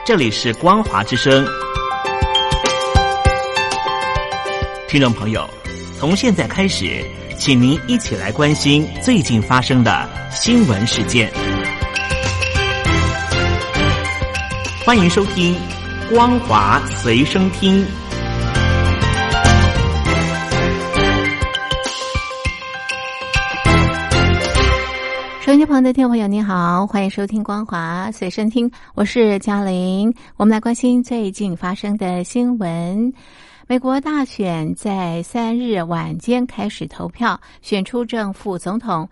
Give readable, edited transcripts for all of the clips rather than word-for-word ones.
这里是光华之声。听众朋友，从现在开始，请您一起来关心最近发生的新闻事件。欢迎收听光华随身听。 收音机旁的听众朋友您好，欢迎收听光华随身听，我是嘉玲。我们来关心最近发生的新闻。美国大选在3日晚间开始投票，选出正副总统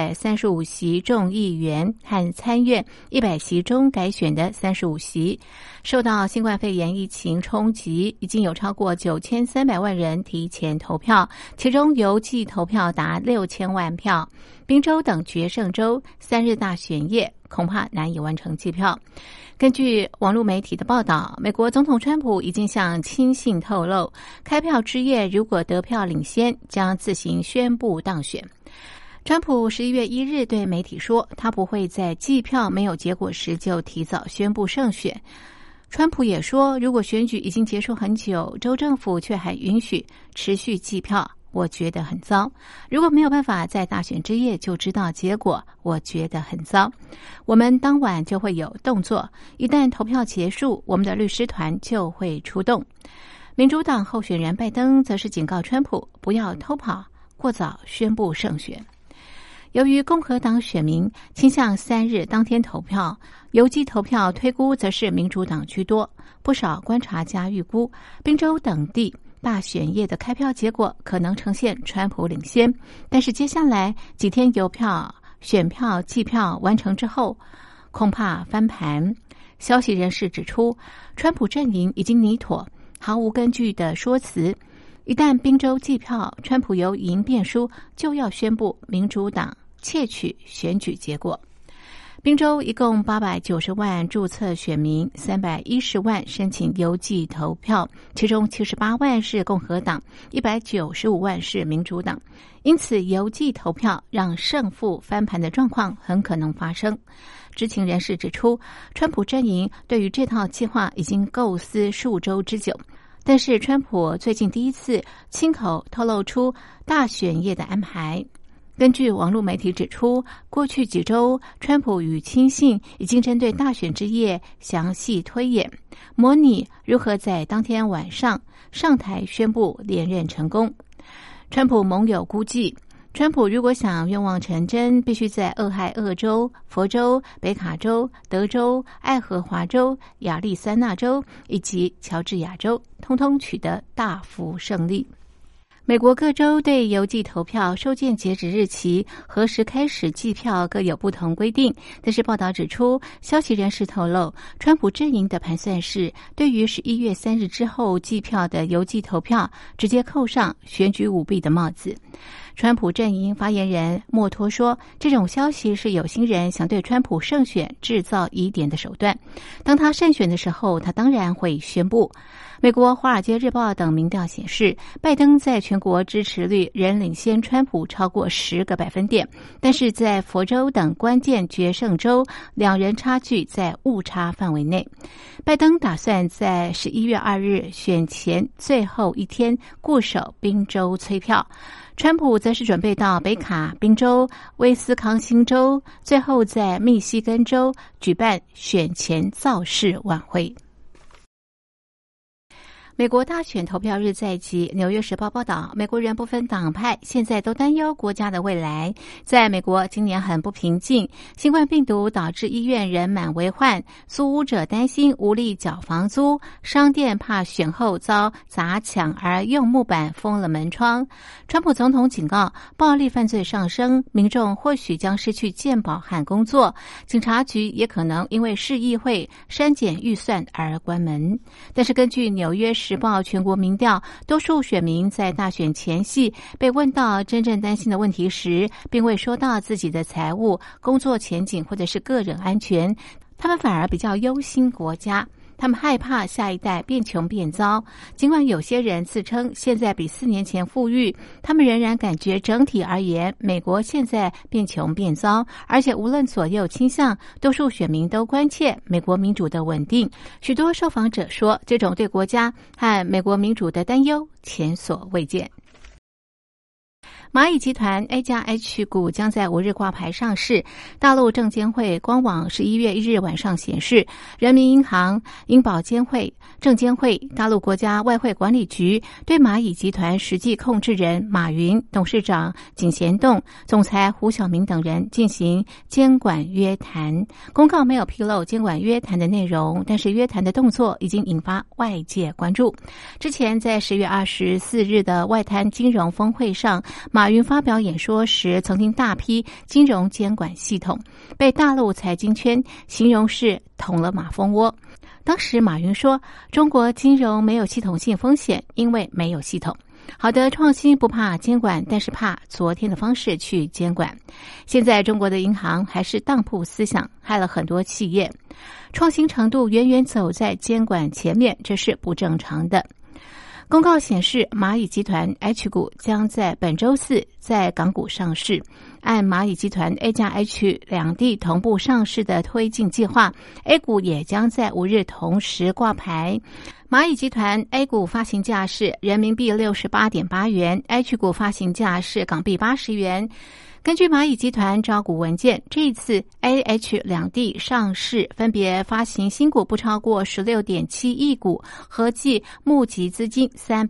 435席众议员和参院100席中改选的35席。受到新冠肺炎疫情冲击，已经有超过9300万人提前投票，其中邮寄投票达6000万票。宾州等决胜州3日大选夜恐怕难以完成计票。根据网络媒体的报道，美国总统川普已经向亲信透露，开票之夜如果得票领先，将自行宣布当选。川普11月1日对媒体说，他不会在计票没有结果时就提早宣布胜选。川普也说，如果选举已经结束很久，州政府却还允许持续计票，我觉得很糟。如果没有办法在大选之夜就知道结果，我觉得很糟。我们当晚就会有动作，一旦投票结束，我们的律师团就会出动。民主党候选人拜登则是警告川普不要偷跑，过早宣布胜选。由于共和党选民倾向3日当天投票，邮寄投票推估则是民主党居多。不少观察家预估，宾州等地大选夜的开票结果可能呈现川普领先，但是接下来几天邮票、选票、计票完成之后，恐怕翻盘。消息人士指出，川普阵营已经拟妥毫无根据的说辞，一旦宾州计票，川普由赢变输，就要宣布民主党窃取选举结果。宾州一共890万注册选民，310万申请邮寄投票，其中78万是共和党，195万是民主党。因此，邮寄投票让胜负翻盘的状况很可能发生。知情人士指出，川普阵营对于这套计划已经构思数周之久，但是川普最近第一次亲口透露出大选夜的安排。根据网络媒体指出，过去几周，川普与亲信已经针对大选之夜详细推演，模拟如何在当天晚上上台宣布连任成功。川普盟友估计，川普如果想愿望成真，必须在俄亥俄州、佛州、北卡州、德州、爱荷华州、亚利桑那州以及乔治亚州通通取得大幅胜利。美国各州对邮寄投票收件截止日期、何时开始计票各有不同规定，但是报道指出，消息人士透露，川普阵营的盘算是，对于11月3日之后计票的邮寄投票，直接扣上选举舞弊的帽子。川普阵营发言人莫托说，这种消息是有心人想对川普胜选制造疑点的手段。当他胜选的时候，他当然会宣布。美国《华尔街日报》等民调显示，拜登在全国支持率仍领先川普超过10个百分点，但是在佛州等关键决胜州，两人差距在误差范围内。拜登打算在11月2日选前最后一天固守宾州催票，川普则是准备到北卡、宾州、威斯康星州，最后在密西根州举办选前造势晚会。美国大选投票日在即，《纽约时报》报道，美国人不分党派，现在都担忧国家的未来。在美国，今年很不平静，新冠病毒导致医院人满为患，租屋者担心无力缴房租，商店怕选后遭砸抢而用木板封了门窗。川普总统警告，暴力犯罪上升，民众或许将失去健保和工作，警察局也可能因为市议会删减预算而关门。但是根据《纽约时报》全国民调，多数选民在大选前夕被问到真正担心的问题时，并未说到自己的财务、工作前景或者是个人安全，他们反而比较忧心国家。 他们害怕下一代变穷变糟。尽管有些人自称现在比4年前富裕，他们仍然感觉整体而言，美国现在变穷变糟，而且无论左右倾向，多数选民都关切美国民主的稳定。许多受访者说，这种对国家和美国民主的担忧前所未见。蚂蚁集团 A+H 股将在5日挂牌上市。大陆证监会官网11月1日晚上显示，人民银行、银保监会、证监会、大陆国家外汇管理局对蚂蚁集团实际控制人马云、董事长井贤栋、总裁胡晓明等人进行监管约谈。公告没有披露监管约谈的内容，但是约谈的动作已经引发外界关注。之前在10月24日的外滩金融峰会上，马云发表演说时，曾经大批金融监管系统，被大陆财经圈形容是捅了马蜂窝。当时马云说，中国金融没有系统性风险，因为没有系统。好的创新不怕监管，但是怕昨天的方式去监管。现在中国的银行还是当铺思想，害了很多企业，创新程度远远走在监管前面，这是不正常的。公告显示，蚂蚁集团 H 股将在本周四在港股上市。按蚂蚁集团 A+H 两地同步上市的推进计划， A 股也将在5日同时挂牌。蚂蚁集团 A 股发行价是人民币 68.8 元， H 股发行价是港币80元。根据蚂蚁集团招股文件，这一次 A、H 两地上市分别发行新股不超过 16.7 亿股，合计募集资金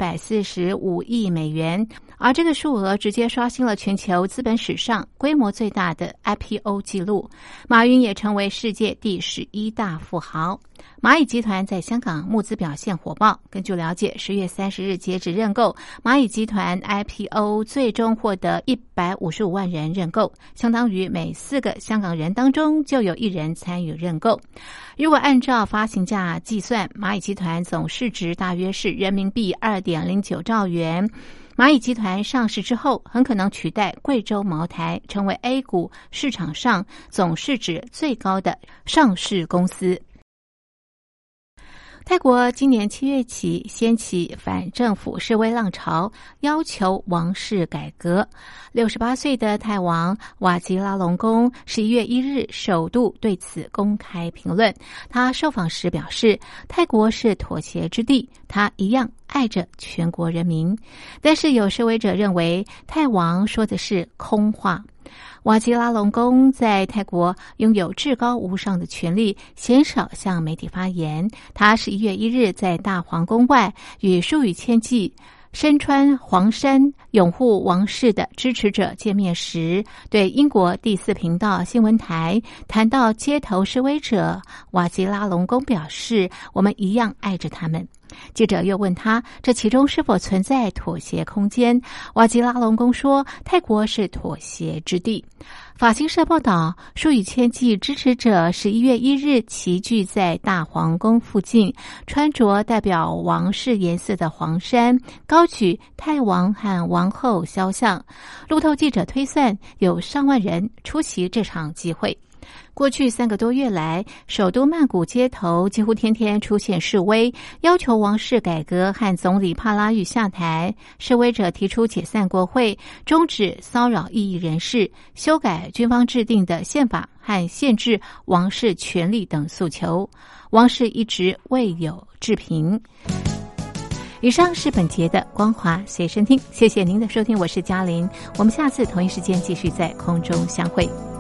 345亿美元，而这个数额直接刷新了全球资本史上规模最大的 IPO 记录。马云也成为世界第11大富豪。蚂蚁集团在香港募资表现火爆。根据了解，10月30日截止认购，蚂蚁集团 IPO 最终获得155万人认购，相当于每4个香港人当中就有1人参与认购。如果按照发行价计算，蚂蚁集团总市值大约是人民币 2.09 兆元。蚂蚁集团上市之后，很可能取代贵州茅台，成为 A 股市场上总市值最高的上市公司。泰国今年7月起掀起反政府示威浪潮，要求王室改革。68岁的泰王瓦吉拉隆功11月1日首度对此公开评论。他受访时表示，泰国是妥协之地，他一样爱着全国人民。但是有示威者认为，泰王说的是空话。瓦吉拉隆功在泰国拥有至高无上的权力，鲜少向媒体发言。他11月1日在大皇宫外与数以千计身穿黄衫拥护王室的支持者见面时，对英国第4频道新闻台谈到街头示威者，瓦吉拉隆功表示，我们一样爱着他们。记者又问他，这其中是否存在妥协空间？瓦吉拉隆功说，泰国是妥协之地。法新社报道，数以千计支持者11月1日齐聚在大皇宫附近，穿着代表王室颜色的黄衫，高举泰王和王后肖像。路透记者推算，有上万人出席这场集会。过去3个多月来，首都曼谷街头几乎天天出现示威，要求王室改革和总理帕拉育下台。示威者提出解散国会、终止骚扰异议人士、修改军方制定的宪法和限制王室权力等诉求。王室一直未有置评。以上是本节的光华随身听，谢谢您的收听，我是嘉玲，我们下次同一时间继续在空中相会。